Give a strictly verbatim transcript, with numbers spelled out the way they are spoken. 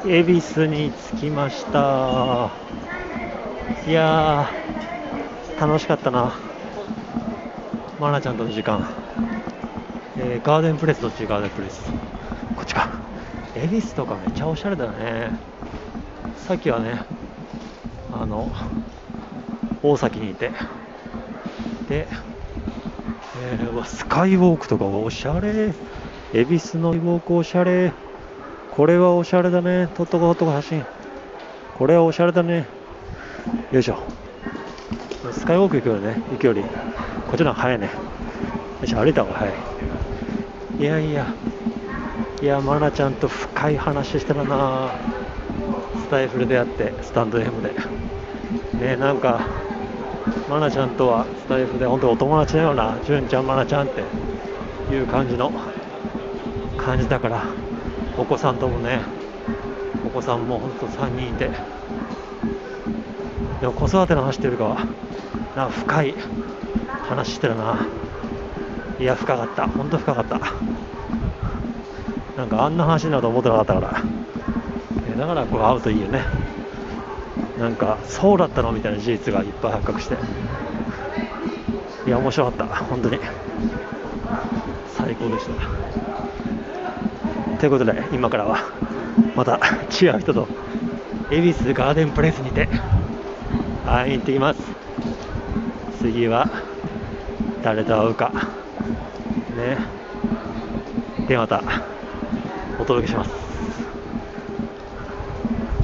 恵比寿に着きました。いやー楽しかったな。マナちゃんとの時間、えーガーデンプレス。どっち？ガーデンプレスこっちか。恵比寿とかめっちゃおしゃれだよね。さっきはね、あの大崎にいて、で、えーうわスカイウォークとかおしゃれ。恵比寿のスカイウォークおしゃれ。これはおしゃれだね。とっとこっとこ写真。これはおしゃれだね。よいしょ。スカイウォーク行くよね。行くよりこっちの方が早いね。よいしょ、歩いた方が早い。いやいやいや、マナちゃんと深い話してるな。スタイフルであってスタンド エム でね。なんかマナちゃんとはスタイフで本当お友達のような、ジュンちゃんマナちゃんっていう感じの感じだから、お子さんともね、お子さんもほんとさんにんいて、でも子育ての話してるかはなんか深い話してるな。いや深かった、ほんと深かった。なんかあんな話になると思ってなかったから、えだからこう会うといいよね。なんかそうだったのみたいな事実がいっぱい発覚して、いや面白かった、本当に最高でした。ということで今からはまた違う人と恵比寿ガーデンプレスにて会いに行ってきます。次は誰と会うかね。でまたお届けします。